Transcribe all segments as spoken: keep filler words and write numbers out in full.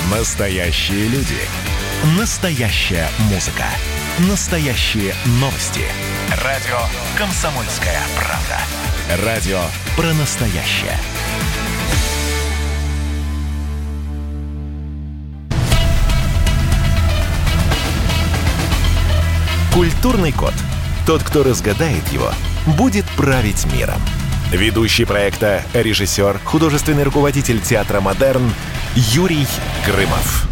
Настоящие люди. Настоящая музыка. Настоящие новости. Радио «Комсомольская правда». Радио про настоящее. Культурный код. Тот, кто разгадает его, будет править миром. Ведущий проекта, режиссер, художественный руководитель театра «Модерн» Юрий Грымов.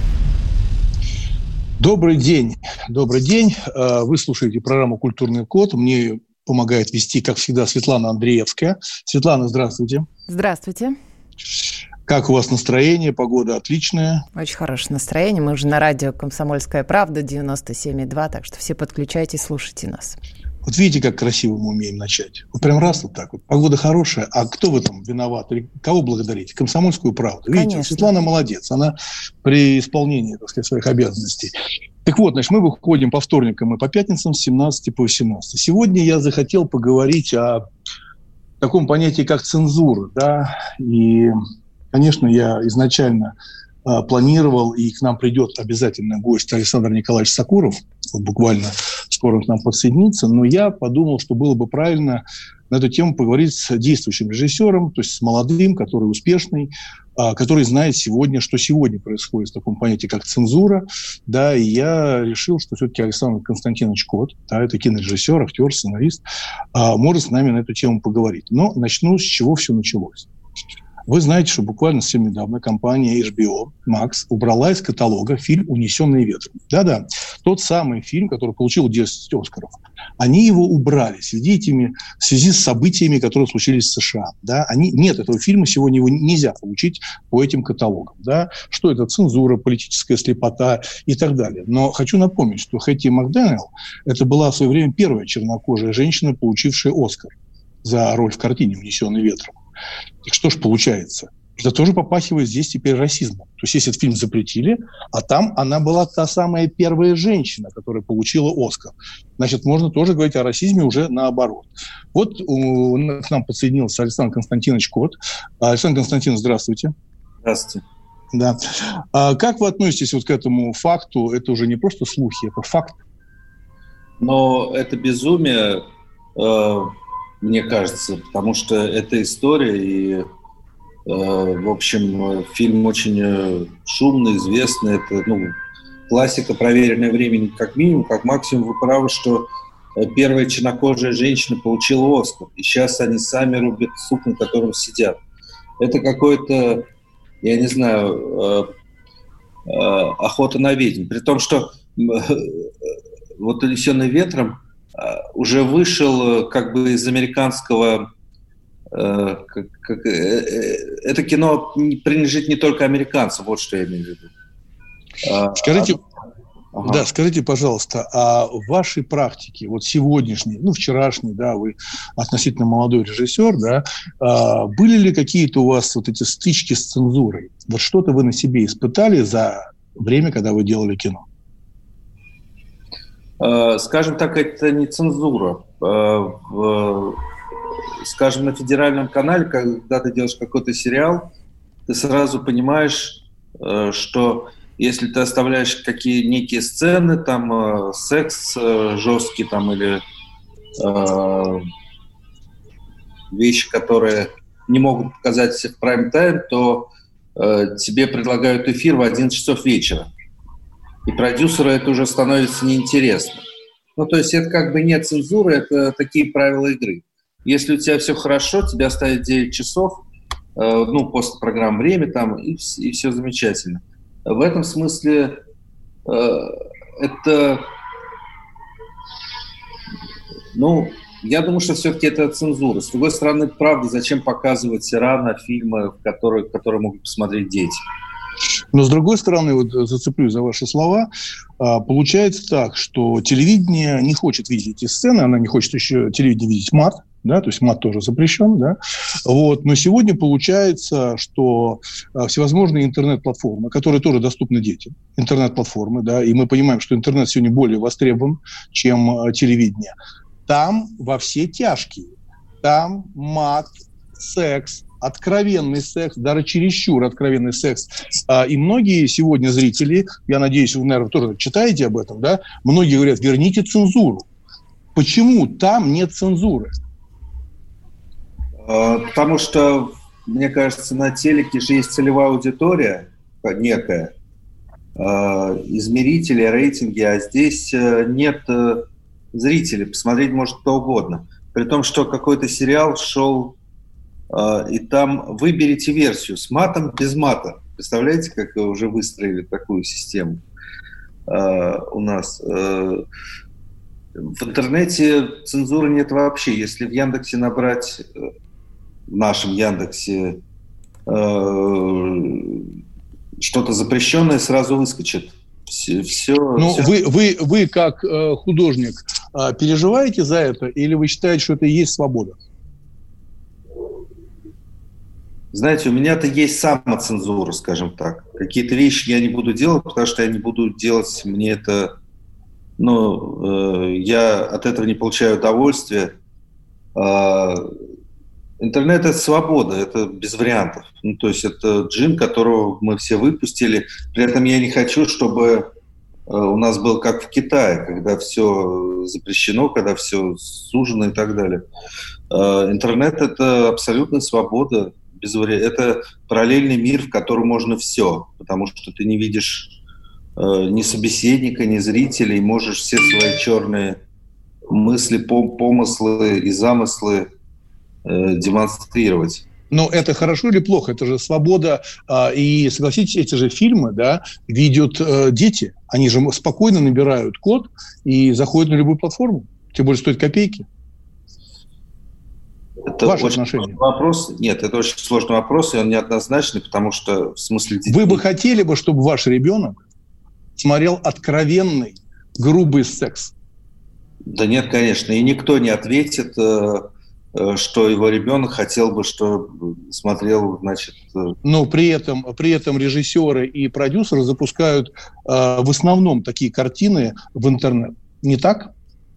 Добрый день. Добрый день. Вы слушаете программу «Культурный код». Мне помогает вести, как всегда, Светлана Андреевская. Светлана, здравствуйте. Здравствуйте. Как у вас настроение? Погода отличная. Очень хорошее настроение. Мы уже на радио «Комсомольская правда» девяносто семь и два, так что все подключайтесь, слушайте нас. Вот видите, как красиво мы умеем начать. Вот прям раз вот так вот. Погода хорошая, а кто в этом виноват? Или кого благодарить? «Комсомольскую правду». Видите, Конечно. Светлана молодец. Она при исполнении, так сказать, своих обязанностей. Так вот, значит, мы выходим по вторникам и по пятницам с семнадцати по восемнадцать. Сегодня я захотел поговорить о таком понятии, как цензура. Да? И, конечно, я изначально э, планировал, и к нам придет обязательно гость Александр Николаевич Сокуров, вот буквально скоро к нам подсоединится, но я подумал, что было бы правильно на эту тему поговорить с действующим режиссером, то есть с молодым, который успешный, который знает сегодня, что сегодня происходит в таком понятии, как цензура. Да, и я решил, что все-таки Александр Константинович Кот, да, это кинорежиссер, актер, сценарист, может с нами на эту тему поговорить. Но начну с чего все началось. Вы знаете, что буквально совсем недавно компания эйч би о Max убрала из каталога фильм «Унесенные ветром». Да-да, тот самый фильм, который получил десять Оскаров. Они его убрали в связи, этими, в связи с событиями, которые случились в США. Да? Они, нет, этого фильма сегодня его нельзя получить по этим каталогам. Да? Что это? Цензура, политическая слепота и так далее. Но хочу напомнить, что Хэти Макдэниел – это была в свое время первая чернокожая женщина, получившая Оскар за роль в картине «Унесенные ветром». Так что ж получается? Это тоже попахивает здесь теперь расизмом. То есть, если этот фильм запретили, а там она была та самая первая женщина, которая получила Оскар. Значит, можно тоже говорить о расизме уже наоборот. Вот у, к нам подсоединился Александр Константинович Кот. Александр Константинович, здравствуйте. Здравствуйте. Да. А как вы относитесь вот к этому факту? Это уже не просто слухи, это факт. Но это безумие, э, мне кажется, потому что это история, и, э, в общем, фильм очень шумный, известный, это, ну, классика, проверенная временем как минимум, как максимум. Вы правы, что первая чернокожая женщина получила Оскар, и сейчас они сами рубят сук, на котором сидят. Это какой-то, я не знаю, э, э, охота на ведьм. При том, что э, вот «Унесенный ветром» уже вышел как бы из американского... Э, как, как, э, это кино принадлежит не только американцам, вот что я имею в виду. Скажите, ага. да, скажите, пожалуйста, а в вашей практике, вот сегодняшней, ну, вчерашней, да, вы относительно молодой режиссер, да, а, были ли какие-то у вас вот эти стычки с цензурой? Вот что-то вы на себе испытали за время, когда вы делали кино? Скажем так, это не цензура. Скажем, на федеральном канале, когда ты делаешь какой-то сериал, ты сразу понимаешь, что если ты оставляешь какие некие сцены, там секс жесткий, там или э, вещи, которые не могут показать в прайм-тайм, то э, тебе предлагают эфир в одиннадцать часов вечера. И продюсеру это уже становится неинтересно. Ну, то есть это как бы не цензура, это такие правила игры. Если у тебя все хорошо, тебя ставят девять часов, э, ну, после программы «Время», там, и, и все замечательно. В этом смысле э, это... Ну, я думаю, что все-таки это цензура. С другой стороны, правда, зачем показывать рано фильмы, которые, которые могут посмотреть дети? Но, с другой стороны, вот зацеплюсь за ваши слова, получается так, что телевидение не хочет видеть эти сцены, она не хочет еще телевидение видеть мат, да, то есть мат тоже запрещен, да, вот, но сегодня получается, что всевозможные интернет-платформы, которые тоже доступны детям, интернет-платформы, да, и мы понимаем, что интернет сегодня более востребован, чем телевидение, там во все тяжкие, там мат, секс, откровенный секс, даже чересчур откровенный секс. И многие сегодня зрители, я надеюсь, вы, наверное, тоже читаете об этом, да, многие говорят, верните цензуру. Почему там нет цензуры? Потому что, мне кажется, на телеке же есть целевая аудитория некая, измерители, рейтинги, а здесь нет зрителей, посмотреть может кто угодно. При том, что какой-то сериал шел, и там выберите версию с матом, без мата. Представляете, как уже выстроили такую систему у нас? В интернете цензуры нет вообще. Если в Яндексе набрать, в нашем Яндексе, что-то запрещенное, сразу выскочит. Все, все, ну, все. Вы, вы, вы, как э, художник, э, переживаете за это, или вы считаете, что это и есть свобода? Знаете, у меня-то есть самоцензура, скажем так. Какие-то вещи я не буду делать, потому что я не буду делать, мне это... Ну, э, я от этого не получаю удовольствия. Э, интернет – это свобода, это без вариантов. Ну, то есть это джин, которого мы все выпустили. При этом я не хочу, чтобы э, у нас было как в Китае, когда все запрещено, когда все сужено и так далее. Э, интернет – это абсолютная свобода. Без вари... Это параллельный мир, в котором можно все, потому что ты не видишь э, ни собеседника, ни зрителей, можешь все свои черные мысли, помыслы и замыслы демонстрировать. Но это хорошо или плохо? Это же свобода. И, согласитесь, эти же фильмы, да, видят дети. Они же спокойно набирают код и заходят на любую платформу. Тем более стоит копейки. Это Ваше очень отношение. сложный вопрос. Нет, это очень сложный вопрос, и он неоднозначный, потому что в смысле... Детей... Вы бы хотели бы, чтобы ваш ребенок смотрел откровенный, грубый секс? Да нет, конечно. И никто не ответит... что его ребенок хотел бы, чтобы смотрел, значит... Но при этом, при этом режиссеры и продюсеры запускают э, в основном такие картины в интернет. Не так?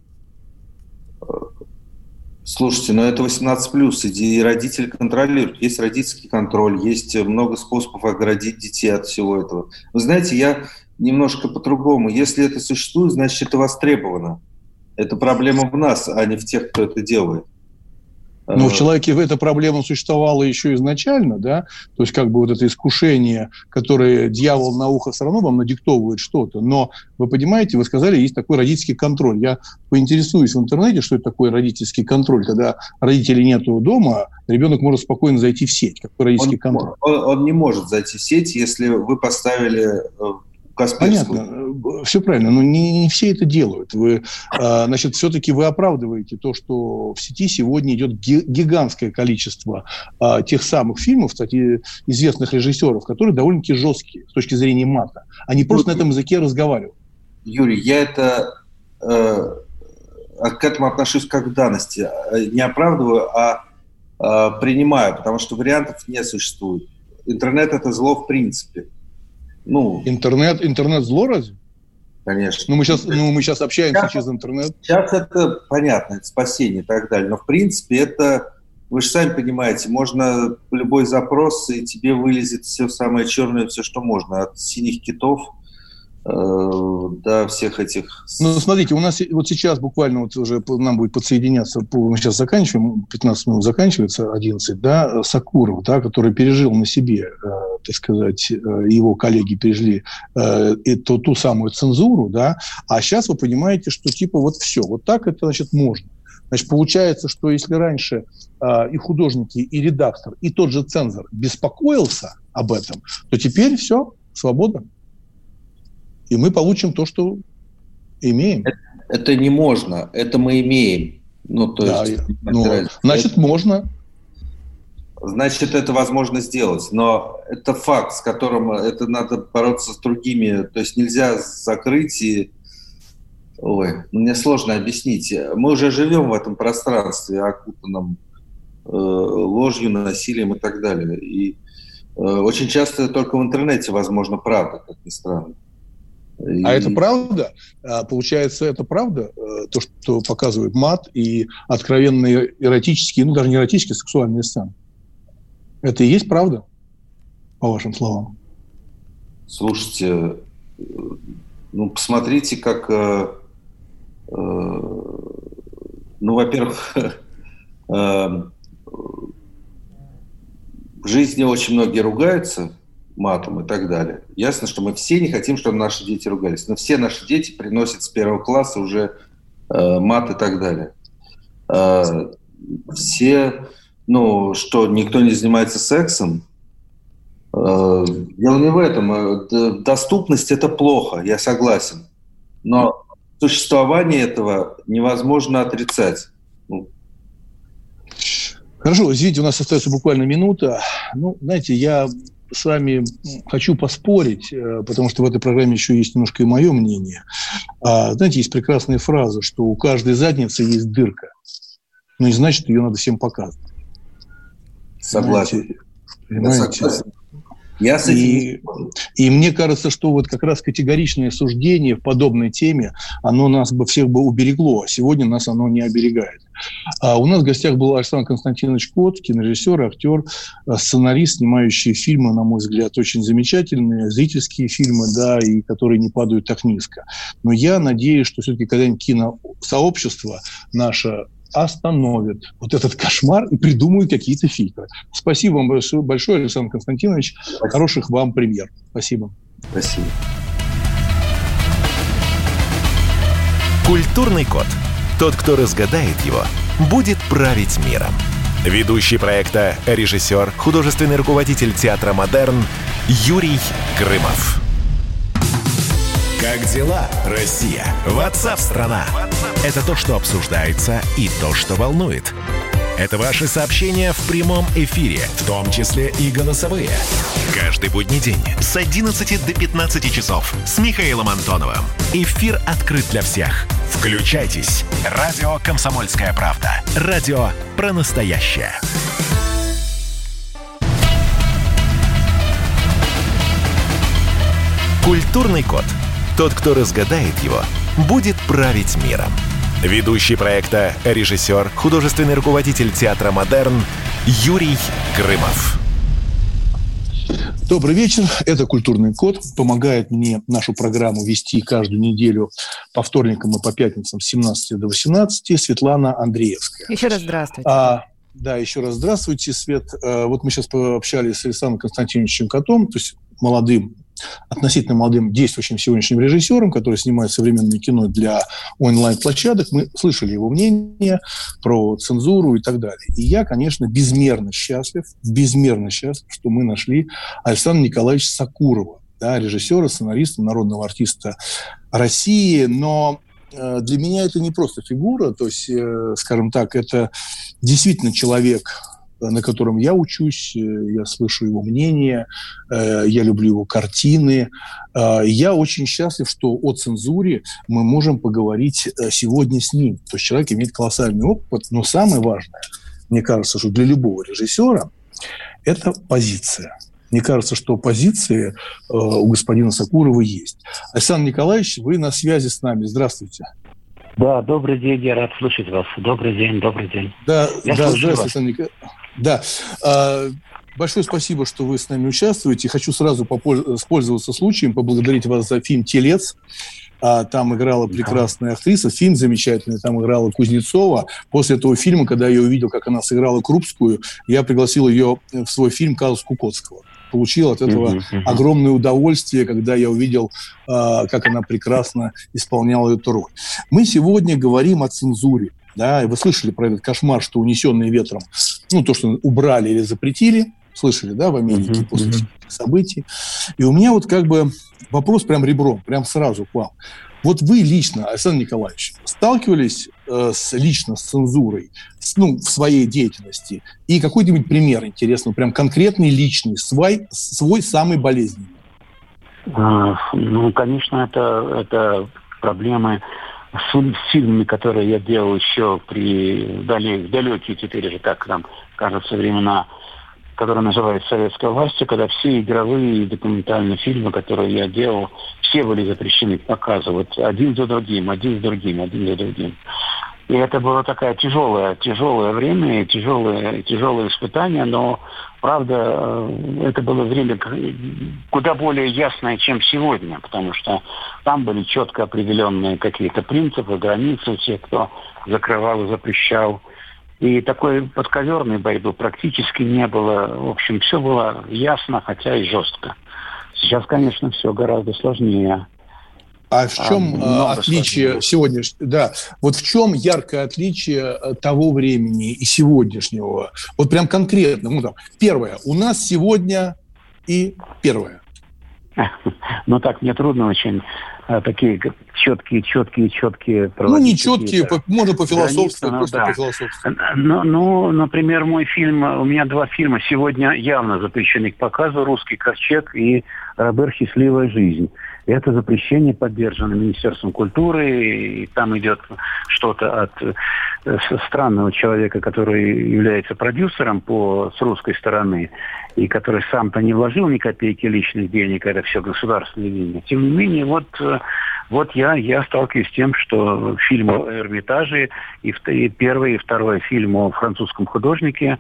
Слушайте, ну это восемнадцать плюс, и родители контролируют. Есть родительский контроль, есть много способов оградить детей от всего этого. Вы знаете, я немножко по-другому. Если это существует, значит, это востребовано. Это проблема в нас, а не в тех, кто это делает. Но в человеке эта проблема существовала еще изначально, да, то есть как бы вот это искушение, которое дьявол на ухо все равно вам надиктовывает что-то, но вы понимаете, вы сказали, есть такой родительский контроль. Я поинтересуюсь в интернете, что это такое родительский контроль, когда родителей нету дома, ребенок может спокойно зайти в сеть. Какой родительский он, контроль? Он, он не может зайти в сеть, если вы поставили... Касперскую. Понятно, все правильно, но не, не все это делают. Вы, значит, все-таки вы оправдываете то, что в сети сегодня идет гигантское количество тех самых фильмов, кстати, известных режиссеров, которые довольно-таки жесткие с точки зрения мата. Они просто Юрий, на этом языке разговаривают. Юрий, я это э, к этому отношусь как к данности. Не оправдываю, а э, принимаю, потому что вариантов не существует. Интернет – это зло в принципе. Ну, интернет, интернет зло разве? Конечно. Ну, мы сейчас, ну, мы сейчас общаемся сейчас, через интернет. Сейчас это понятно, это спасение и так далее. Но, в принципе, это, вы же сами понимаете, можно любой запрос, и тебе вылезет все самое черное, все, что можно. От синих китов э, до всех этих... Ну, смотрите, у нас вот сейчас буквально вот уже нам будет подсоединяться, мы сейчас заканчиваем, пятнадцать минут заканчивается, одиннадцать, да, Сакуров, да, который пережил на себе, э, так сказать, э, его коллеги пережили э, эту, ту самую цензуру, да, а сейчас вы понимаете, что типа вот все, вот так это, значит, можно. Значит, получается, что если раньше э, и художники, и редактор, и тот же цензор беспокоился об этом, то теперь все, свобода. И мы получим то, что имеем. Это, это не можно, это мы имеем. Ну, то да, есть, ну, значит, это, можно. Значит, это возможно сделать. Но это факт, с которым это надо бороться с другими. То есть нельзя закрыть и... Ой, мне сложно объяснить. Мы уже живем в этом пространстве, окутанном э, ложью, насилием и так далее. И э, очень часто только в интернете возможно правда, как ни странно. И... А это правда? Получается, это правда? То, что показывает мат и откровенные эротические, ну, даже не эротические, сексуальные сцены? Это и есть правда, по вашим словам? Слушайте, ну, посмотрите, как... Э, э, ну, во-первых, э, в жизни очень многие ругаются матом и так далее. Ясно, что мы все не хотим, чтобы наши дети ругались. Но все наши дети приносят с первого класса уже э, мат и так далее. Э, все, ну, что никто не занимается сексом. Э, дело не в этом. Доступность – это плохо, я согласен. Но существование этого невозможно отрицать. Хорошо, извините, у нас остается буквально минута. Ну, знаете, я с вами хочу поспорить, потому что в этой программе еще есть немножко и мое мнение. А, знаете, есть прекрасная фраза, что у каждой задницы есть дырка. Но не значит, ее надо всем показывать. Согласен. Понимаете? Я согласен. Я с этим... и, и мне кажется, что вот как раз категоричное суждение в подобной теме, оно нас бы всех бы уберегло, а сегодня нас оно не оберегает. А у нас в гостях был Александр Константинович Кот, кинорежиссер, актер, сценарист, снимающий фильмы, на мой взгляд, очень замечательные, зрительские фильмы, да, и которые не падают так низко. Но я надеюсь, что все-таки когда-нибудь киносообщество наше остановит вот этот кошмар и придумают какие-то фильтры. Спасибо вам большое, большое, Александр Константинович. Спасибо. Хороших вам премьер. Спасибо. Спасибо. Культурный код. Тот, кто разгадает его, будет править миром. Ведущий проекта, режиссер, художественный руководитель театра «Модерн» Юрий Грымов. Как дела, Россия? Ватсап-страна! Это то, что обсуждается, и то, что волнует. Это ваши сообщения в прямом эфире, в том числе и голосовые. Каждый будний день с одиннадцати до пятнадцати часов с Михаилом Антоновым. Эфир открыт для всех. Включайтесь. Радио «Комсомольская правда». Радио про настоящее. Культурный код. Тот, кто разгадает его, будет править миром. Ведущий проекта, режиссер, художественный руководитель театра «Модерн» Юрий Грымов. Добрый вечер. Это «Культурный код». Помогает мне нашу программу вести каждую неделю по вторникам и по пятницам с семнадцати до восемнадцати Светлана Андреевская. Еще раз здравствуйте. А, да, еще раз здравствуйте, Свет. А, вот мы сейчас пообщались с Александром Константиновичем Котом, то есть молодым, относительно молодым действующим сегодняшним режиссером, который снимает современное кино для онлайн-площадок. Мы слышали его мнение про цензуру и так далее. И я, конечно, безмерно счастлив, безмерно счастлив, что мы нашли Александра Николаевича Сакурова, да, режиссера, сценариста, народного артиста России. Но э, для меня это не просто фигура, то есть, э, скажем так, это действительно человек, на котором я учусь, я слышу его мнение, я люблю его картины. Я очень счастлив, что о цензуре мы можем поговорить сегодня с ним. То есть человек имеет колоссальный опыт, но самое важное, мне кажется, что для любого режиссера это позиция. Мне кажется, что позиции у господина Сакурова есть. Александр Николаевич, вы на связи с нами. Здравствуйте. Да, добрый день, я рад слышать вас. Добрый день, добрый день. Да, да, здравствуйте, Александр Николаевич. Да. А, большое спасибо, что вы с нами участвуете. Хочу сразу воспользоваться случаем, поблагодарить вас за фильм «Телец». А, там играла прекрасная актриса, фильм замечательный, там играла Кузнецова. После этого фильма, когда я увидел, как она сыграла Крупскую, я пригласил ее в свой фильм «Казус Кукоцкого». Получил от этого uh-huh, uh-huh. огромное удовольствие, когда я увидел, э, как она прекрасно исполняла эту роль. Мы сегодня говорим о цензуре. Да, и вы слышали про этот кошмар, что «Унесенные ветром», ну, то, что убрали или запретили, слышали, да, в Америке uh-huh, после uh-huh. событий. И у меня вот как бы вопрос прям ребром, прям сразу к вам. Вот вы лично, Александр Николаевич, сталкивались э, с, лично с цензурой с, ну, в своей деятельности? И какой-нибудь пример интересный, прям конкретный, личный, свой, свой самый болезненный? А, ну, конечно, это, это проблемы с фильмами, которые я делал еще при далек, далекие теперь же, как нам кажется, времена, которые называются советской властью, когда все игровые и документальные фильмы, которые я делал, все были запрещены показывать один за другим, один за другим, один за другим. И это было такое тяжелое, тяжелое время, тяжелое, тяжелое испытание, но, правда, это было время куда более ясное, чем сегодня, потому что там были четко определенные какие-то принципы, границы, те, кто закрывал и запрещал. И такой подковерной борьбы практически не было. В общем, все было ясно, хотя и жестко. Сейчас, конечно, все гораздо сложнее. А в чем а, отличие сегодня? Да, вот в чем яркое отличие того времени и сегодняшнего? Вот прям конкретно. Ну, там, первое. У нас сегодня и первое. Ну так, мне трудно очень такие четкие, четкие, четкие... Ну, не четкие, по, можно пофилософствовать, просто да. пофилософствовать. Ну, ну, например, мой фильм, у меня два фильма сегодня явно запрещены к показу: «Русский ковчег» и «Робер. Счастливая жизнь». Это запрещение поддержано Министерством культуры, и там идет что-то от странного человека, который является продюсером по, с русской стороны, и который сам-то не вложил ни копейки личных денег, это все государственные деньги. Тем не менее, вот, вот я, я сталкиваюсь с тем, что фильм о Эрмитаже, и, и первый, и второй фильм о французском художнике,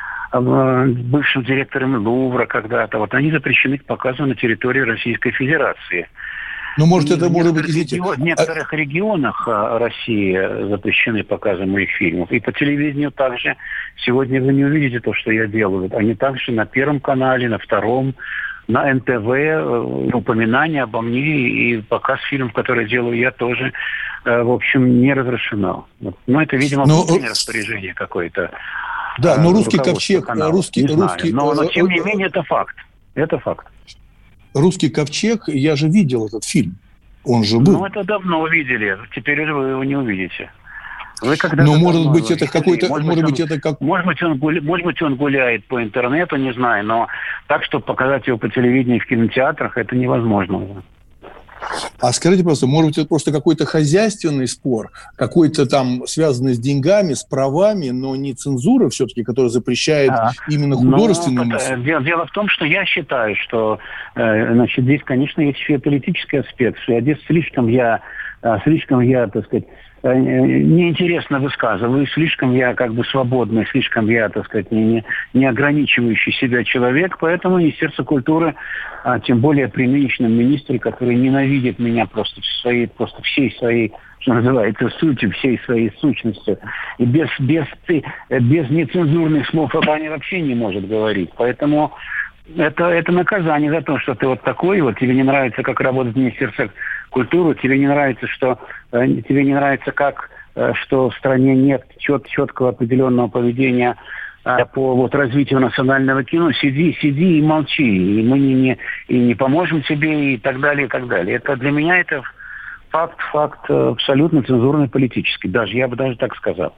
бывшим директором Лувра когда-то, вот они запрещены к показу на территории Российской Федерации. Ну, может, это в может быть... Регион, в некоторых а... регионах России запрещены показы моих фильмов. И по телевидению также. Сегодня вы не увидите то, что я делаю. Они также на Первом канале, на Втором, на эн тэ вэ, упоминания обо мне и показ фильмов, которые делаю я, тоже, в общем, не разрешено. Но это, видимо, но... распоряжение какое-то. Да, но «Русский ковчег», русский, русский, но, но тем не менее это факт. Это факт. «Русский ковчег», я же видел этот фильм. Он же был. Ну, это давно видели. Теперь вы его не увидите. Вы когда-то но, может быть, это какой-то... Может, может быть, быть, он, это как... может, быть, он гуля... может быть, он гуляет по интернету, не знаю, но так, чтобы показать его по телевидению в кинотеатрах, это невозможно. А скажите просто, может быть, это просто какой-то хозяйственный спор, какой-то там связанный с деньгами, с правами, но не цензура все-таки, которая запрещает а, именно художественную мысль? Дело, дело в том, что я считаю, что э, значит, здесь, конечно, есть еще и политический аспект, что здесь слишком я, слишком я, так сказать, неинтересно высказываю, слишком я как бы свободный, слишком я, так сказать, не, не ограничивающий себя человек, поэтому Министерство культуры, а тем более при нынешнем министре, который ненавидит меня просто, своей, просто всей своей, что называется, сутью, всей своей сущностью, и без, без, без нецензурных слов об Ане вообще не может говорить, поэтому... Это, это наказание за то, что ты вот такой, вот тебе не нравится, как работает Министерство культуры, тебе не нравится, что э, тебе не нравится, как э, что в стране нет чет, четкого определенного поведения э, по вот развитию национального кино. Сиди, сиди и молчи, и мы не, не, и не поможем тебе, и так далее, и так далее. Это для меня это факт, факт абсолютно цензурный, политический, даже я бы даже так сказал.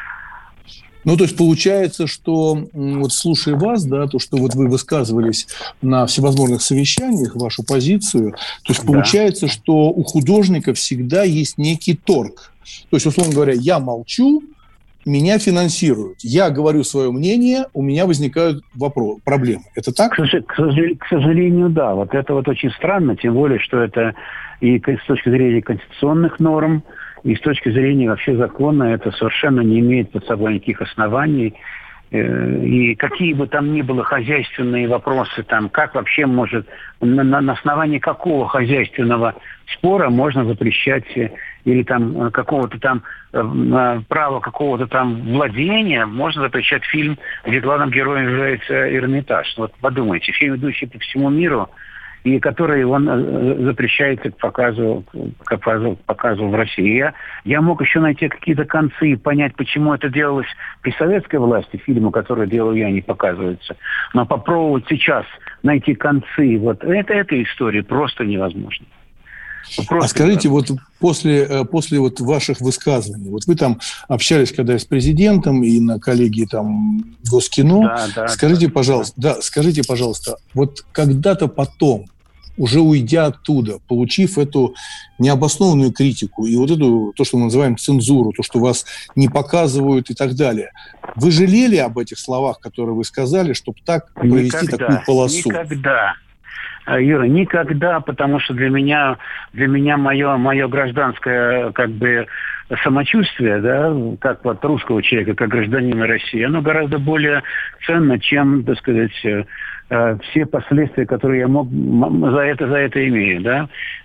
Ну, то есть получается, что, вот слушая вас, да, то, что вот вы высказывались на всевозможных совещаниях, вашу позицию, то есть получается, да. что у художника всегда есть некий торг. То есть, условно говоря, я молчу, меня финансируют. Я говорю свое мнение, у меня возникают вопросы, проблемы. Это так? К, к сожалению, да. Вот это вот очень странно, тем более, что это и с точки зрения конституционных норм, и с точки зрения вообще закона это совершенно не имеет под собой никаких оснований. И какие бы там ни было хозяйственные вопросы, там, как вообще может, на, на основании какого хозяйственного спора можно запрещать или там какого-то там права какого-то там владения, можно запрещать фильм, где главным героем является Эрмитаж. Вот подумайте, фильм, идущий по всему миру, и который он запрещается к показу, к показу, к показу в России. Я, я мог еще найти какие-то концы и понять, почему это делалось при советской власти, фильмы, которые делаю я, не показываются. Но попробовать сейчас найти концы вот это, этой истории просто невозможно. Просто а скажите, невозможно. вот после, после вот ваших высказываний, вот вы там общались когда с президентом и на коллегии там Госкино, да, да, скажите, да, пожалуйста, да. да, скажите, пожалуйста, вот когда-то потом, уже уйдя оттуда, получив эту необоснованную критику и вот эту, то, что мы называем цензуру, то, что вас не показывают и так далее, вы жалели об этих словах, которые вы сказали, чтобы так провести никогда, такую полосу? Никогда. Юра, никогда, потому что для меня, для меня мое, мое гражданское как бы самочувствие, да, как вот русского человека, как гражданина России, оно гораздо более ценно, чем, так сказать, все последствия, которые я мог за это, за это имею, да.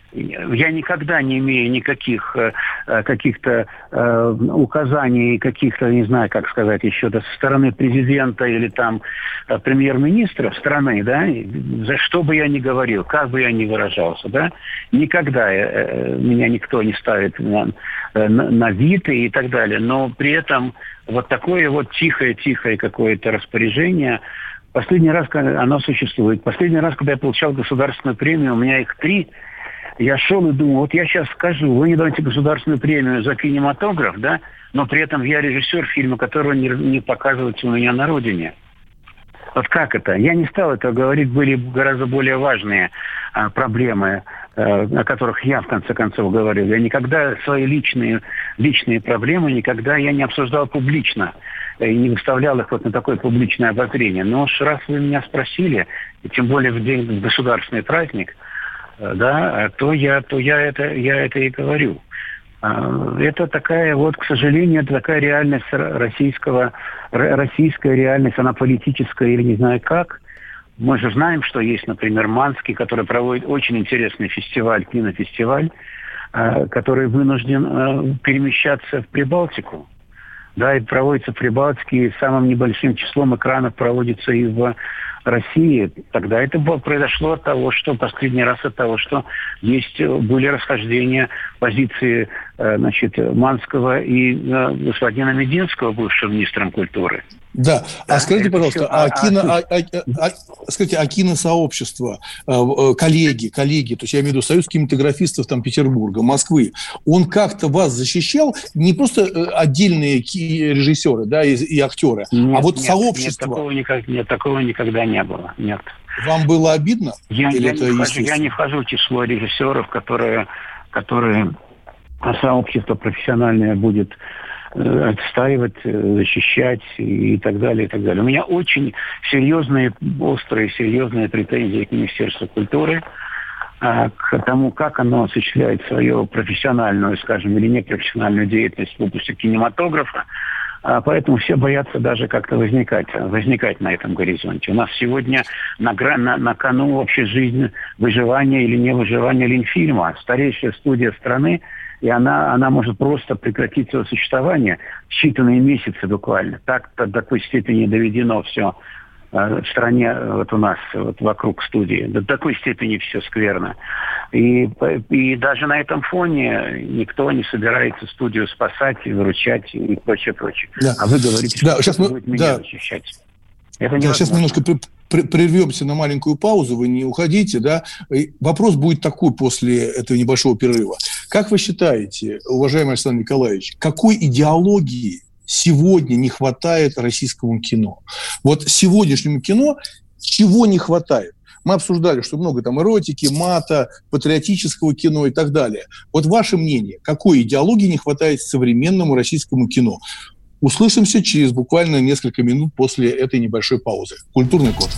Я никогда не имею никаких э, каких-то э, указаний, каких-то, не знаю, как сказать, еще да, со стороны президента или там э, премьер-министра страны, да, за что бы я ни говорил, как бы я ни выражался, да, никогда э, меня никто не ставит на, на, на вид и так далее. Но при этом вот такое вот тихое-тихое какое-то распоряжение, последний раз, когда оно существует, последний раз, когда я получал государственную премию, у меня их три. Я шел и думал, вот я сейчас скажу, вы не даете государственную премию за кинематограф, да, но при этом я режиссер фильма, которого не, не показывается у меня на родине. Вот как это? Я не стал этого говорить, были гораздо более важные а, проблемы, а, о которых я, в конце концов, говорил. Я никогда свои личные, личные проблемы никогда я не обсуждал публично и не выставлял их вот на такое публичное обозрение. Но уж раз вы меня спросили, и тем более в день в государственный праздник, да, то я, то я это, я это и говорю. Это такая вот, к сожалению, это такая реальность российского, российская реальность, она политическая или не знаю как. Мы же знаем, что есть, например, Манский, который проводит очень интересный фестиваль, кинофестиваль, который вынужден перемещаться в Прибалтику. Да, и проводится в Прибалтике, и самым небольшим числом экранов проводится и в России. Тогда это было, произошло от того, что последний раз от того, что есть были расхождения позиции значит, Манского и господина Мединского, бывшего министром культуры. Да. А скажите, пожалуйста, все... а, кино, а, а, а, а, скажите, а киносообщество, коллеги, коллеги, то есть я имею в виду Союз кинематографистов там, Петербурга, Москвы, он как-то вас защищал? Не просто отдельные режиссеры, да, и, и актеры, нет, а вот нет, сообщество? Нет, такого, никак, нет, такого никогда не было, нет. Вам было обидно? Я, Или я, это не вхожу, я не вхожу в число режиссеров, которые, которые сообщество профессиональное будет отстаивать, защищать и так далее, и так далее. У меня очень серьезные, острые, серьезные претензии к Министерству культуры, к тому, как оно осуществляет свою профессиональную, скажем, или непрофессиональную деятельность в области кинематографа. Поэтому все боятся даже как-то возникать, возникать на этом горизонте. У нас сегодня на, на, на кону вообще жизнь, выживание или не выживание Ленфильма. Старейшая студия страны, и она, она может просто прекратить свое существование в считанные месяцы буквально. Так до такой степени доведено все э, в стране, вот у нас, вот вокруг студии. До такой степени все скверно. И, и даже на этом фоне никто не собирается студию спасать, выручать и прочее, прочее. Да. А вы говорите, да, что сейчас мы, будет меня да. защищать. Это да, сейчас немножко прервемся на маленькую паузу, вы не уходите, да. И вопрос будет такой после этого небольшого перерыва. Как вы считаете, уважаемый Александр Николаевич, какой идеологии сегодня не хватает российскому кино? Вот сегодняшнему кино чего не хватает? Мы обсуждали, что много там эротики, мата, патриотического кино и так далее. Вот ваше мнение, какой идеологии не хватает современному российскому кино? Услышимся через буквально несколько минут после этой небольшой паузы. Культурный код.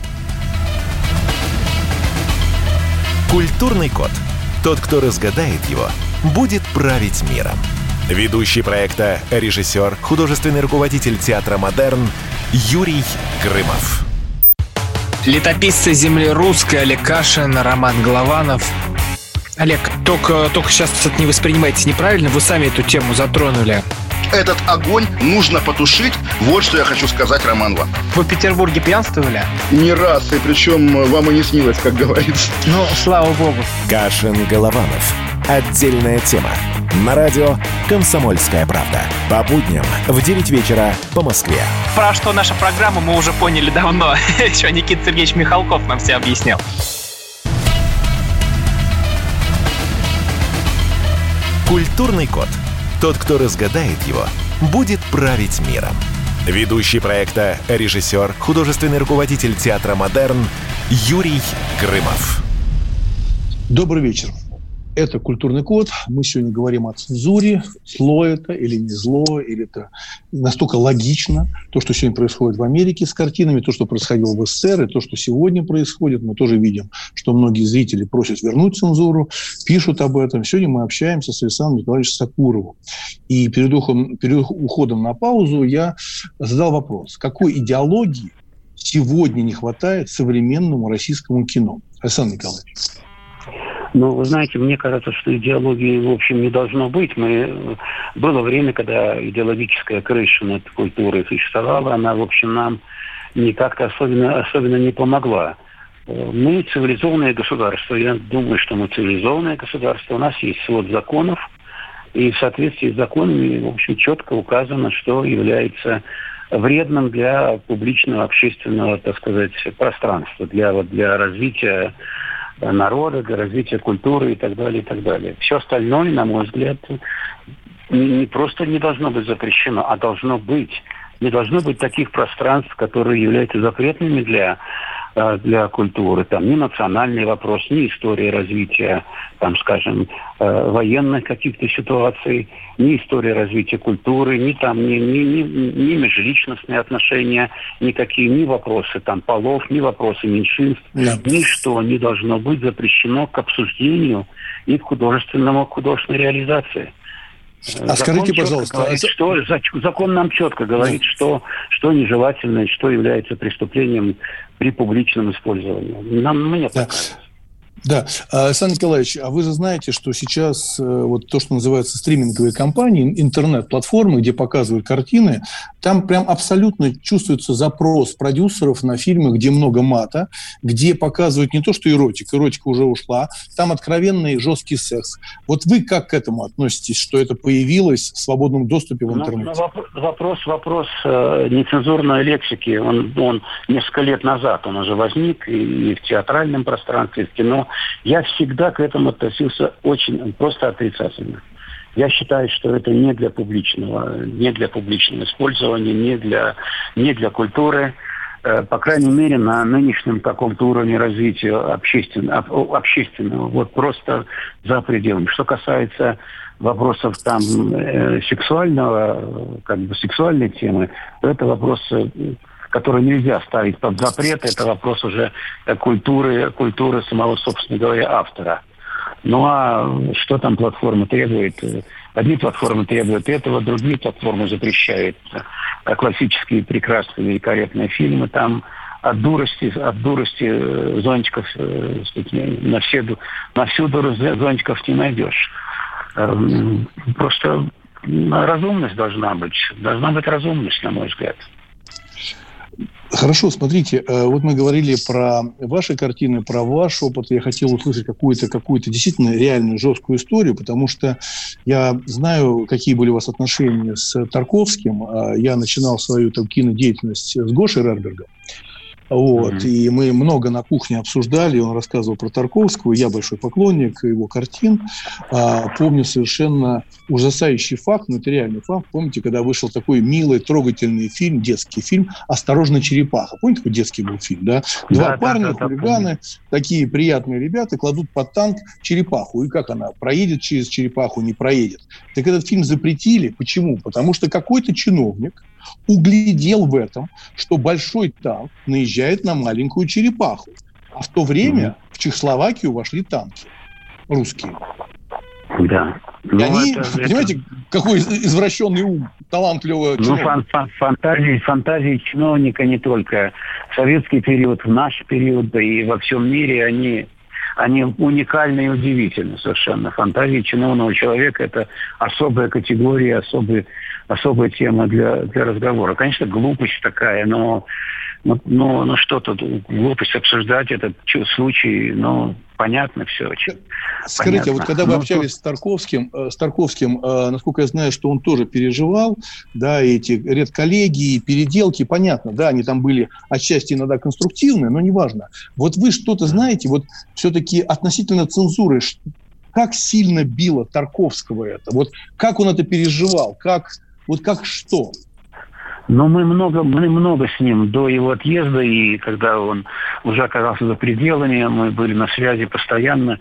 Культурный код. Тот, кто разгадает его, будет править миром. Ведущий проекта, режиссер, художественный руководитель театра «Модерн» Юрий Грымов. Летописцы земли русской Олег Кашин, Роман Голованов. Олег, только, только сейчас это не воспринимайте неправильно, вы сами эту тему затронули. Этот огонь нужно потушить. Вот что я хочу сказать, Роман вам. Вы в Петербурге пьянствовали? Не раз, и причем вам и не снилось, как говорится. Ну, слава богу. Кашин, Голованов. Отдельная тема. На радио «Комсомольская правда». По будням в девять вечера по Москве. Про что наша программа, мы уже поняли давно. Еще Никита Сергеевич Михалков нам все объяснял. Культурный код. Тот, кто разгадает его, будет править миром. Ведущий проекта, режиссер, художественный руководитель театра «Модерн» Юрий Грымов. Добрый вечер. Это «Культурный код». Мы сегодня говорим о цензуре. Зло это или не зло, или это настолько логично. То, что сегодня происходит в Америке с картинами, то, что происходило в СССР, и то, что сегодня происходит. Мы тоже видим, что многие зрители просят вернуть цензуру, пишут об этом. Сегодня мы общаемся с Александром Николаевичем Сокуровым. И перед уходом, перед уходом на паузу я задал вопрос. Какой идеологии сегодня не хватает современному российскому кино? Александр Николаевич. Ну, вы знаете, мне кажется, что идеологии, в общем, не должно быть. Мы... Было время, когда идеологическая крыша над культурой существовала, она, в общем, нам никак-то особенно, особенно не помогла. Мы цивилизованное государство. Я думаю, что мы цивилизованное государство. У нас есть свод законов, и в соответствии с законами, в общем, четко указано, что является вредным для публичного, общественного, так сказать, пространства, для, для развития народа, для развития культуры и так далее, и так далее. Все остальное, на мой взгляд, не просто не должно быть запрещено, а должно быть. Не должно быть таких пространств, которые являются запретными для, для культуры. Там ни национальный вопрос, ни история развития, там, скажем, военных каких-то ситуаций, ни история развития культуры, ни там, ни, ни, ни, ни межличностные отношения, никакие, ни вопросы там полов, ни вопросы меньшинств, yeah. Ничто не должно быть запрещено к обсуждению и к художественному, к художественной реализации. А закон скажите, пожалуйста... Говорит, что, закон нам четко говорит, yeah. что, что нежелательно, что является преступлением при публичном использовании. Нам мне да. кажется. Да. Александр Николаевич, а вы же знаете, что сейчас вот то, что называется стриминговые компании, интернет-платформы, где показывают картины, там прям абсолютно чувствуется запрос продюсеров на фильмы, где много мата, где показывают не то, что эротика, эротика уже ушла, там откровенный жесткий секс. Вот вы как к этому относитесь, что это появилось в свободном доступе в интернете? Ну, вопрос, вопрос э, нецензурной лексики, он, он несколько лет назад он уже возник и, и в театральном пространстве, и в кино. Я всегда к этому относился очень просто отрицательно. Я считаю, что это не для публичного, не для публичного использования, не для, не для культуры. Э, по крайней мере, на нынешнем каком-то уровне развития общественного, общественного вот просто за пределами. Что касается вопросов там э, сексуального, как бы сексуальной темы, то это вопросы, который нельзя ставить под запрет, это вопрос уже культуры, культуры самого, собственно говоря, автора. Ну а что там платформа требует? Одни платформы требуют этого, другие платформы запрещают классические, прекрасные, великолепные фильмы. Там от дурости, от дурости зонтиков, на всюду, на всюду зонтиков не найдешь. Просто разумность должна быть. Должна быть разумность, на мой взгляд. Хорошо, смотрите, вот мы говорили про ваши картины, про ваш опыт. Я хотел услышать какую-то, какую-то действительно реальную жесткую историю, потому что я знаю, какие были у вас отношения с Тарковским. Я начинал свою там, кинодеятельность с Гошей Рербергом. Вот. Mm-hmm. И мы много на кухне обсуждали, он рассказывал про Тарковского, я большой поклонник его картин. А, помню совершенно ужасающий факт, но это реальный факт. Помните, когда вышел такой милый, трогательный фильм, детский фильм «Осторожно, черепаха». Помните, какой детский был фильм, да? Два да, парня, да, да, хулиганы, да, такие приятные ребята, кладут под танк черепаху. И как она, проедет через черепаху, не проедет. Так этот фильм запретили. Почему? Потому что какой-то чиновник углядел в этом, что большой танк наезжает на маленькую черепаху. А в то время mm-hmm. в Чехословакию вошли танки русские. Да. И ну, они, это, понимаете, это... какой извращенный ум талантливого ну, фан- фан- фантазии, фантазии чиновника не только в советский период, в наш период, да и во всем мире они... Они уникальны и удивительны совершенно. Фантазии чиновного человека – это особая категория, особая, особая тема для, для разговора. Конечно, глупость такая, но, но, но, но что тут, глупость обсуждать этот случай, но понятно все очень. Скажите, понятно. А вот когда вы но общались тут... с Тарковским, с Тарковским, насколько я знаю, что он тоже переживал, да, эти редколлегии, переделки, понятно, да, они там были отчасти иногда конструктивные, но неважно. Вот вы что-то знаете, вот все-таки относительно цензуры, как сильно било Тарковского это? Вот как он это переживал? Как, вот как что? Но мы много, мы много с ним до его отъезда, и когда он уже оказался за пределами, мы были на связи постоянно.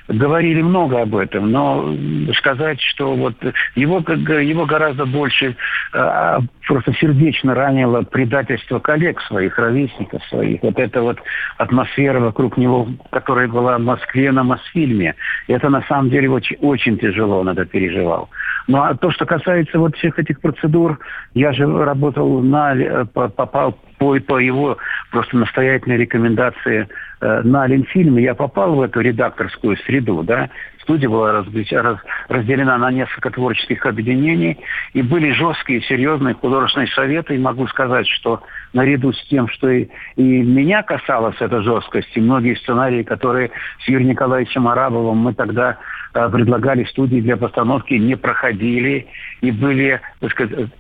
говорили много об этом, но сказать, что вот его, его гораздо больше а, просто сердечно ранило предательство коллег своих, ровесников своих. Вот эта вот атмосфера вокруг него, которая была в Москве на Мосфильме, это на самом деле очень, очень тяжело он это переживал. Ну а то, что касается вот всех этих процедур, я же работал на, попал по, по его просто настоятельной рекомендации на Ленфильме, я попал в эту редакторскую среду, да. Студия была раз, раз, разделена на несколько творческих объединений, и были жесткие, серьезные художественные советы, и могу сказать, что наряду с тем, что и, и меня касалась эта жесткость, и многие сценарии, которые с Юрием Николаевичем Арабовым мы тогда э, предлагали в студии для постановки, не проходили, и были, так сказать,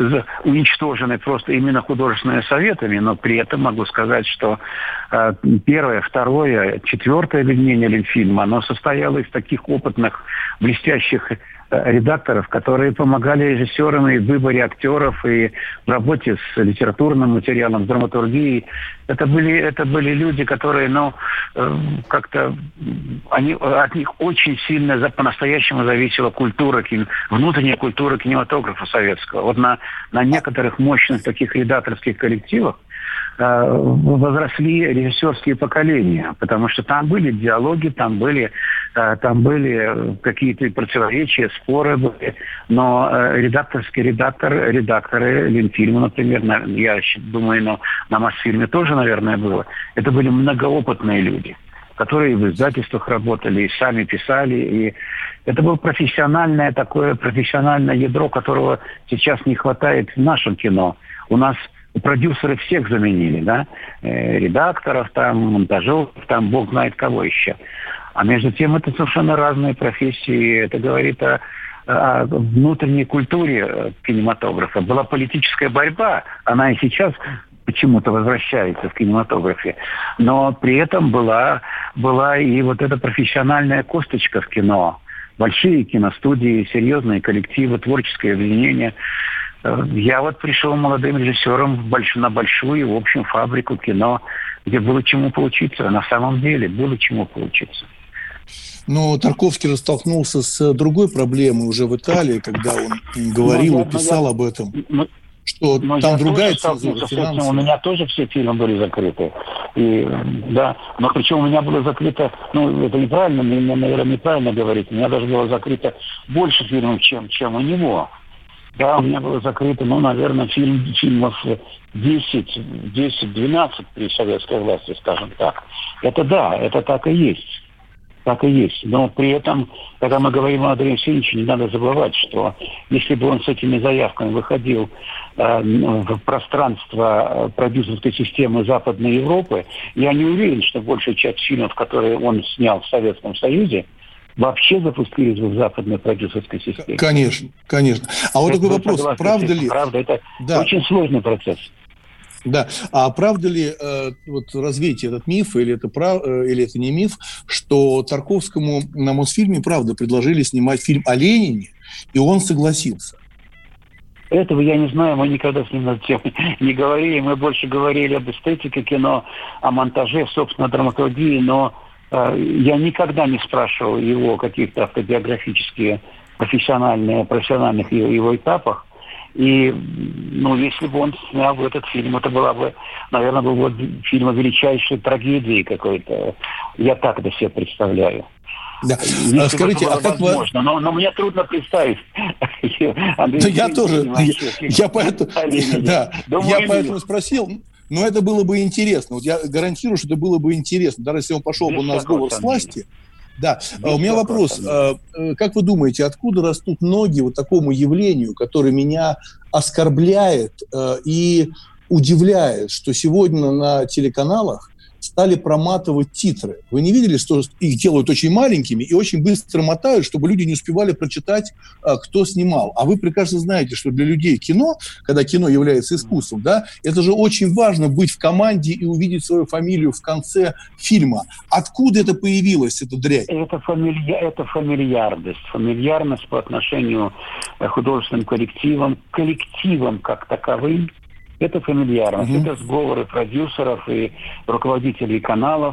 уничтожены просто именно художественными советами, но при этом могу сказать, что э, первое, второе, четвертое объединение Ленфильма, оно состояло из таких опытных, блестящих э, редакторов, которые помогали режиссерам и в выборе актеров, и в работе с литературным материалом, с драматургией. Это были, это были люди, которые, ну, э, как-то, они, от них очень сильно за, по-настоящему зависела культура, внутренняя культура кинематографа советского. Вот на, на некоторых мощных таких редакторских коллективах э, возросли режиссерские поколения, потому что там были диалоги, там были, э, там были какие-то противоречия, споры были, но э, редакторский редактор, редакторы Ленфильма, например, на, я думаю, но на Мосфильме тоже, наверное, было, это были многоопытные люди, которые в издательствах работали и сами писали, и это было профессиональное такое, профессиональное ядро, которого сейчас не хватает в нашем кино. У нас продюсеры всех заменили, да, э, редакторов там, монтажеров там, бог знает кого еще. А между тем это совершенно разные профессии. Это говорит о, о внутренней культуре кинематографа. Была политическая борьба, она и сейчас почему-то возвращается в кинематографе. Но при этом была, была и вот эта профессиональная косточка в кино. Большие киностудии, серьезные коллективы, творческое объединение. Я вот пришел молодым режиссером в больш... на большую, в общем, фабрику кино, где было чему поучиться. На самом деле было чему поучиться. Но Тарковский столкнулся с другой проблемой уже в Италии, когда он говорил но, и писал но, об этом. Но, что но там другая цензура, финансовая. У меня тоже все фильмы были закрыты. И, да, но причем у меня было закрыто, ну, это неправильно, мне, наверное, неправильно говорить, у меня даже было закрыто больше фильмов, чем, чем у него. Да, у меня было закрыто, ну, наверное, фильм, фильмов десять-двенадцать при советской власти, скажем так. Это да, это так и есть. Так и есть. Но при этом, когда мы говорим о Андрея Евсеевиче, не надо забывать, что если бы он с этими заявками выходил э, в пространство продюсерской системы Западной Европы, я не уверен, что большая часть фильмов, которые он снял в Советском Союзе, вообще запустились бы в западной продюсерской системе. Конечно, конечно. А вот такой вопрос, правда ли? Правда, это да. очень сложный процесс. Да, а правда ли, э, вот развейте этот миф, или это, прав, э, или это не миф, что Тарковскому на Мосфильме, правда, предложили снимать фильм о Ленине, и он согласился? Этого я не знаю, мы никогда с ним на эту тему не говорили, мы больше говорили об эстетике кино, о монтаже, собственно, драматургии, но э, я никогда не спрашивал его о каких-то автобиографических, профессиональных, профессиональных его, его этапах. И, ну, если бы он снял бы этот фильм, это была бы, наверное, был бы фильм о величайшей трагедии какой-то. Я так это себе представляю. Да. А скажите, а как вы... Но, но мне трудно представить. Я тоже. Я поэтому, да, я поэтому спросил. Но это было бы интересно. Вот я гарантирую, что это было бы интересно. Даже если он пошел бы на сговор с властью. Да, Без у меня вопрос. Как вы думаете, откуда растут ноги вот такому явлению, которое меня оскорбляет и удивляет, что сегодня на телеканалах стали проматывать титры. Вы не видели, что их делают очень маленькими и очень быстро мотают, чтобы люди не успевали прочитать, кто снимал. А вы прекрасно знаете, что для людей кино, когда кино является искусством, да, это же очень важно быть в команде и увидеть свою фамилию в конце фильма. Откуда это появилось, эта дрянь? Это, фамилья... это фамильярность. Фамильярность по отношению к художественным коллективам, коллективам как таковым. Это фамильярность, uh-huh. это сговоры продюсеров и руководителей каналов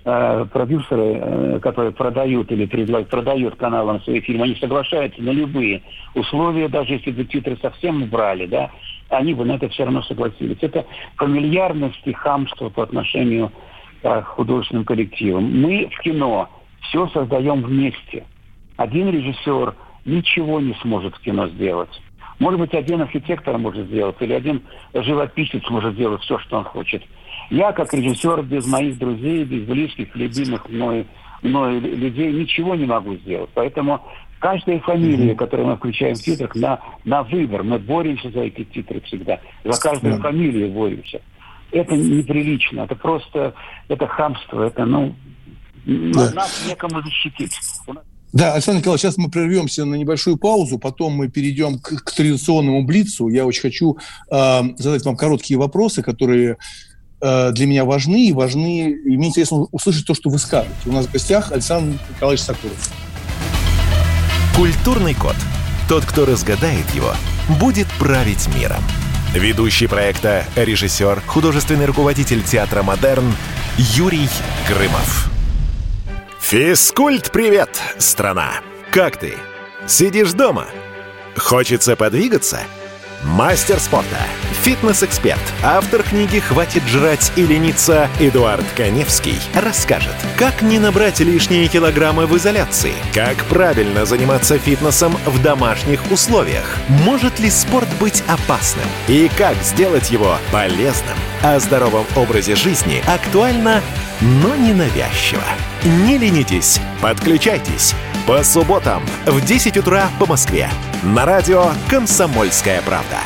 э, продюсеры, э, которые продают или предлагают, продают каналам свои фильмы, они соглашаются на любые условия, даже если бы титры совсем убрали, да, они бы на это все равно согласились. Это фамильярность и хамство по отношению к художественным коллективам. Мы в кино все создаем вместе. Один режиссер ничего не сможет в кино сделать. Может быть, один архитектор может сделать, или один живописец может сделать все, что он хочет. Я, как режиссер, без моих друзей, без близких, любимых мной, мной людей ничего не могу сделать. Поэтому каждая фамилия, которую мы включаем в титрах, на, на выбор. Мы боремся за эти титры всегда. За каждую фамилию боремся. Это неприлично. Это просто, это хамство. Это, ну, да. Нас некому защитить. Да, Александр Николаевич, сейчас мы прервемся на небольшую паузу, потом мы перейдем к, к традиционному блицу. Я очень хочу э, задать вам короткие вопросы, которые э, для меня важны, и важны, и мне интересно услышать то, что вы скажете. У нас в гостях Александр Николаевич Сокуров. Культурный код. Тот, кто разгадает его, будет править миром. Ведущий проекта, режиссер, художественный руководитель театра «Модерн» Юрий Грымов. Физкульт-привет, страна! Как ты? Сидишь дома? Хочется подвигаться? Мастер спорта, фитнес-эксперт, автор книги «Хватит жрать и лениться» Эдуард Каневский расскажет, как не набрать лишние килограммы в изоляции, как правильно заниматься фитнесом в домашних условиях, может ли спорт быть опасным и как сделать его полезным. О здоровом образе жизни актуально, но не навязчиво. Не ленитесь, подключайтесь. По субботам в десять утра по Москве. На радио «Комсомольская правда».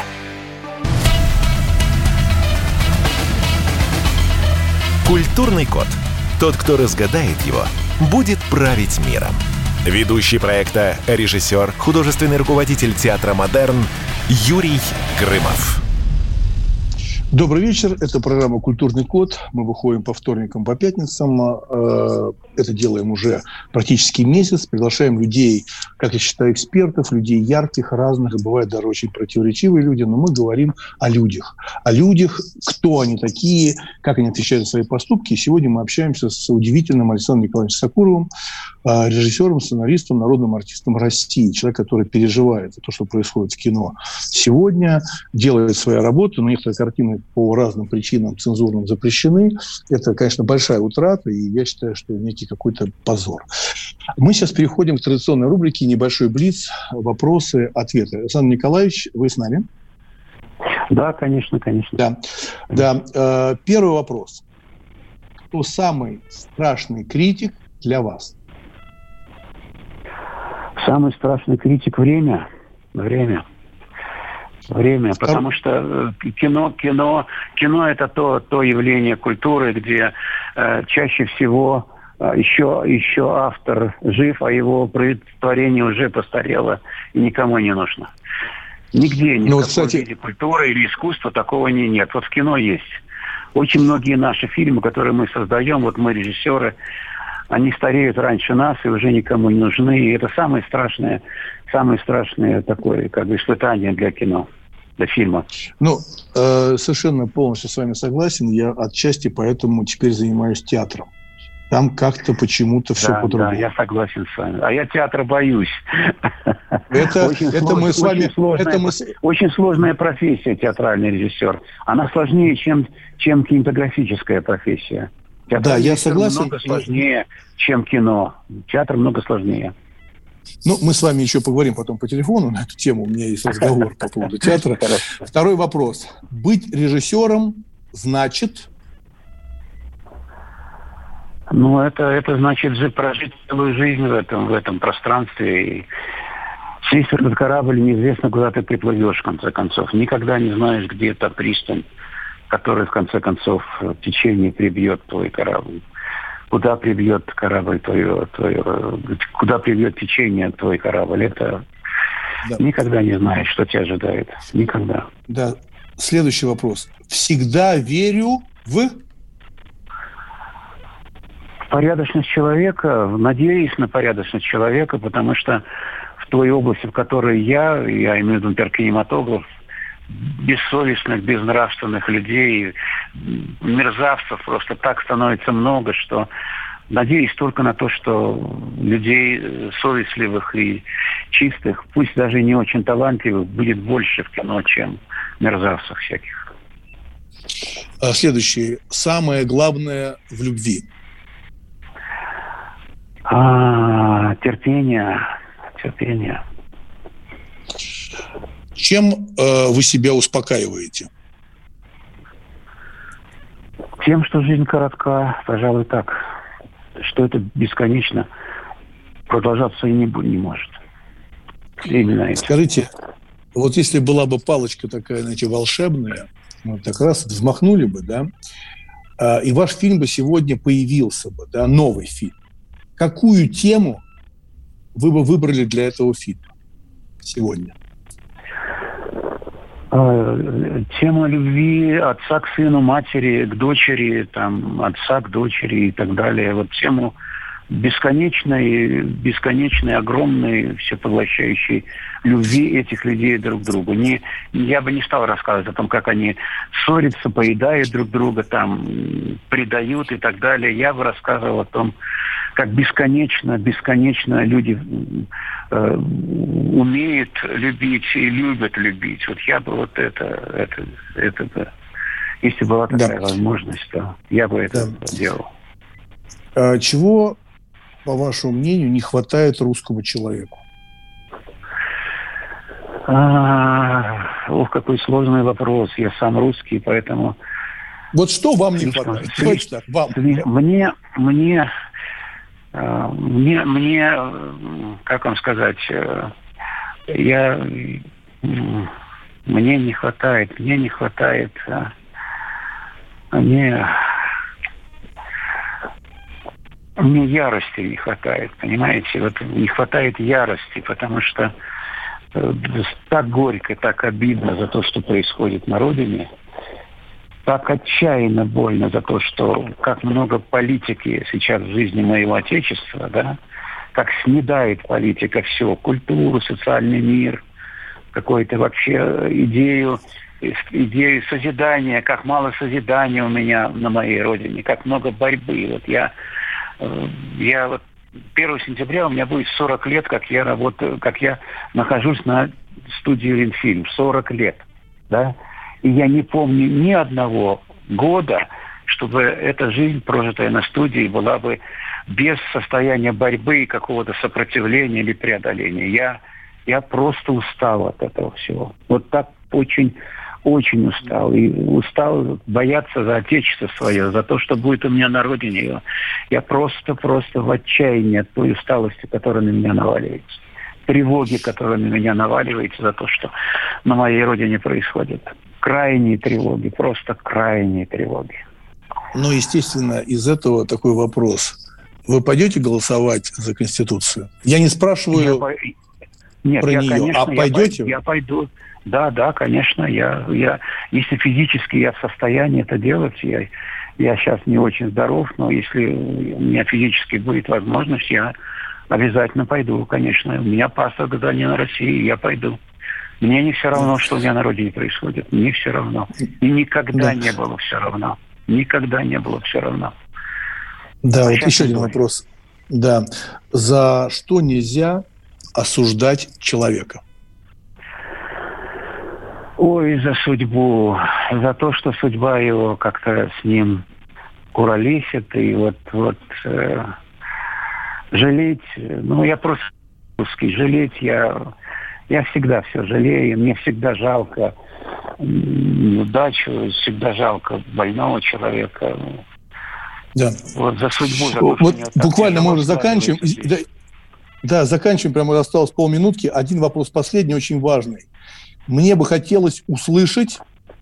Культурный код. Тот, кто разгадает его, будет править миром. Ведущий проекта, режиссер, художественный руководитель театра «Модерн» Юрий Грымов. Добрый вечер. Это программа «Культурный код». Мы выходим по вторникам, по пятницам. Это делаем уже практически месяц. Приглашаем людей, как я считаю, экспертов, людей ярких, разных. И бывают даже очень противоречивые люди. Но мы говорим о людях. О людях, кто они такие, как они отвечают за свои поступки. И сегодня мы общаемся с удивительным Александром Николаевичем Сокуровым, режиссером, сценаристом, народным артистом России. Человек, который переживает то, что происходит в кино сегодня, делает свою работу, но некоторые картины по разным причинам цензурным запрещены. Это, конечно, большая утрата, и я считаю, что некий какой-то позор. Мы сейчас переходим к традиционной рубрике «Небольшой блиц. Вопросы, ответы». Александр Николаевич, вы с нами? Да, конечно, конечно. Да. Да. Первый вопрос. Кто самый страшный критик для вас? Самый страшный критик – время. Время. Время, потому что кино, кино, кино это то, то явление культуры, где э, чаще всего э, еще, еще автор жив, а его творение уже постарело и никому не нужно. Нигде, ни в каком виде культуры или искусства такого не, нет. Вот в кино есть. Очень многие наши фильмы, которые мы создаем, вот мы режиссеры, они стареют раньше нас и уже никому не нужны. И это самое страшное, самое страшное такое, как бы, испытание для кино, для фильма. Ну, э, совершенно полностью с вами согласен. Я отчасти поэтому теперь занимаюсь театром. Там как-то почему-то все да, по-другому. Да, я согласен с вами. А я театра боюсь. Это, очень это слож, мы с вами... Очень сложная, это мы... очень сложная профессия, театральный режиссер. Она сложнее, чем, чем кинематографическая профессия. Да, я согласен. Много сложнее, чем кино. Театр много сложнее. Ну, мы с вами еще поговорим потом по телефону на эту тему. У меня есть разговор по поводу театра. Второй вопрос. Быть режиссером значит... Ну, это, это значит же прожить целую жизнь в этом, в этом пространстве. И сесть в этот корабль, неизвестно, куда ты приплывешь, в конце концов. Никогда не знаешь, где та пристань, который, в конце концов, в течение прибьет твой корабль. Куда прибьет корабль твой, твой, куда прибьет течение твой корабль. Это да. Никогда не знаешь, что тебя ожидает. Никогда. Да. Следующий вопрос. Всегда верю в... порядочность человека, надеюсь на порядочность человека, потому что в той области, в которой я, я имею в виду, например, кинематограф, бессовестных, безнравственных людей, мерзавцев просто так становится много, что надеюсь только на то, что людей совестливых и чистых, пусть даже не очень талантливых, будет больше в кино, чем мерзавцев всяких. Следующий. Самое главное в любви. А, терпение. Терпение. Чем э, вы себя успокаиваете? Тем, что жизнь коротка, пожалуй, так. Что это бесконечно продолжаться и не, не может. Именно это. Скажите, вот если была бы палочка такая, знаете, волшебная, вот так раз взмахнули бы, да, э, и ваш фильм бы сегодня появился бы, да, новый фильм. Какую тему вы бы выбрали для этого фильма сегодня? Тема любви отца к сыну, матери к дочери, там, отца к дочери и так далее. Вот тему бесконечной, бесконечной, огромной, всепоглощающей любви этих людей друг к другу. Не, я бы не стал рассказывать о том, как они ссорятся, поедают друг друга, там, предают и так далее. Я бы рассказывал о том, как бесконечно, бесконечно люди э, умеют любить и любят любить. Вот я бы вот это, это, это бы, если была такая да. возможность, то я бы это да. делал. А чего, по вашему мнению, не хватает русскому человеку? А, ох, какой сложный вопрос. Я сам русский, поэтому... Вот что вам не хватает? Давайте так, вам. Мне, мне, мне, мне, как вам сказать, я, мне не хватает, мне не хватает, мне, мне ярости не хватает, понимаете? Вот не хватает ярости, потому что так горько, так обидно за то, что происходит на родине. Так отчаянно больно за то, что как много политики сейчас в жизни моего Отечества, да, как снедает политика все, культуру, социальный мир, какую-то вообще идею, идею созидания, как мало созидания у меня на моей родине, как много борьбы. Вот я, я вот первого сентября у меня будет сорок лет, как я работаю, как я нахожусь на студии «Ленфильм», сорок лет, да. И я не помню ни одного года, чтобы эта жизнь, прожитая на студии, была бы без состояния борьбы и какого-то сопротивления или преодоления. Я, я просто устал от этого всего. Вот так очень, очень устал. И устал бояться за отечество свое, за то, что будет у меня на родине. Я просто-просто в отчаянии от той усталости, которая на меня наваливается. Тревоги, которая на меня наваливается за то, что на моей родине происходит. Крайние тревоги, просто крайние тревоги. Ну, естественно, из этого такой вопрос. Вы пойдете голосовать за Конституцию? Я не спрашиваю я по... Нет, про я, нее, конечно, а пойдете? Я, я пойду. Да, да, конечно. Я, я, если физически я в состоянии это делать, я, я сейчас не очень здоров, но если у меня физически будет возможность, я обязательно пойду, конечно. У меня паспорт гражданина России, я пойду. Мне не все равно, что у меня на родине происходит. Мне все равно. И никогда да. не было все равно. Никогда не было все равно. Да, а вот еще один вопрос. Да. За что нельзя осуждать человека? Ой, за судьбу. За то, что судьба его как-то с ним куролесит. И вот, вот э, жалеть. Ну, я просто русский. Жалеть я... Я всегда все жалею, мне всегда жалко неудачу, всегда жалко больного человека. Да. Вот за судьбу. За то, вот буквально мы уже заканчиваем. Да, да, заканчиваем, прямо осталось полминутки. Один вопрос последний, очень важный. Мне бы хотелось услышать...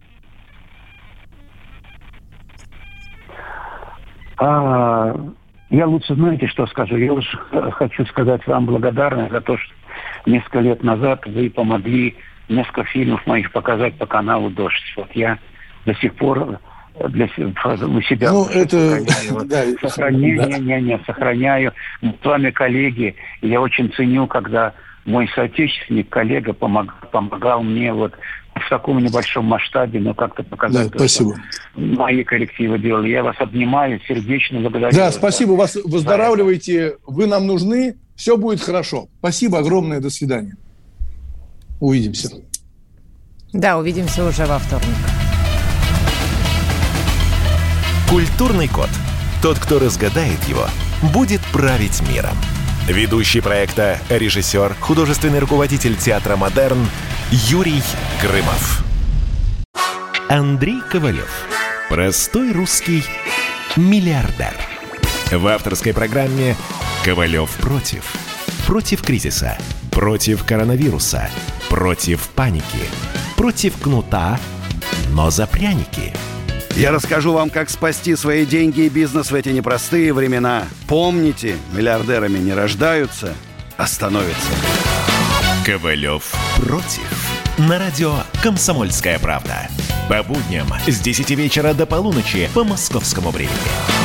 А, я лучше, знаете, что скажу? Я лучше хочу сказать вам благодарность за то, что несколько лет назад вы помогли несколько фильмов моих показать по каналу «Дождь». Вот я до сих пор для у себя ну, это... сохраняю. Да, сохраняю, да. не, не, не, сохраняю. С вами коллеги. Я очень ценю, когда мой соотечественник, коллега помог, помогал мне вот в таком небольшом масштабе, но как-то показать, да, спасибо. Мои коллективы делали. Я вас обнимаю, сердечно благодарю. Да, спасибо, вас выздоравливайте, вы нам нужны, все будет хорошо. Спасибо огромное, до свидания. Увидимся. Да, увидимся уже во вторник. Культурный код. Тот, кто разгадает его, будет править миром. Ведущий проекта, режиссер, художественный руководитель театра «Модерн» Юрий Грымов. Андрей Ковалев. Простой русский миллиардер. В авторской программе «Ковалев против». Против кризиса, против коронавируса, против паники, против кнута, но за пряники. Я расскажу вам, как спасти свои деньги и бизнес в эти непростые времена. Помните, миллиардерами не рождаются, а становятся. Ковалев против. На радио «Комсомольская правда». По будням с десяти вечера до полуночи по московскому времени.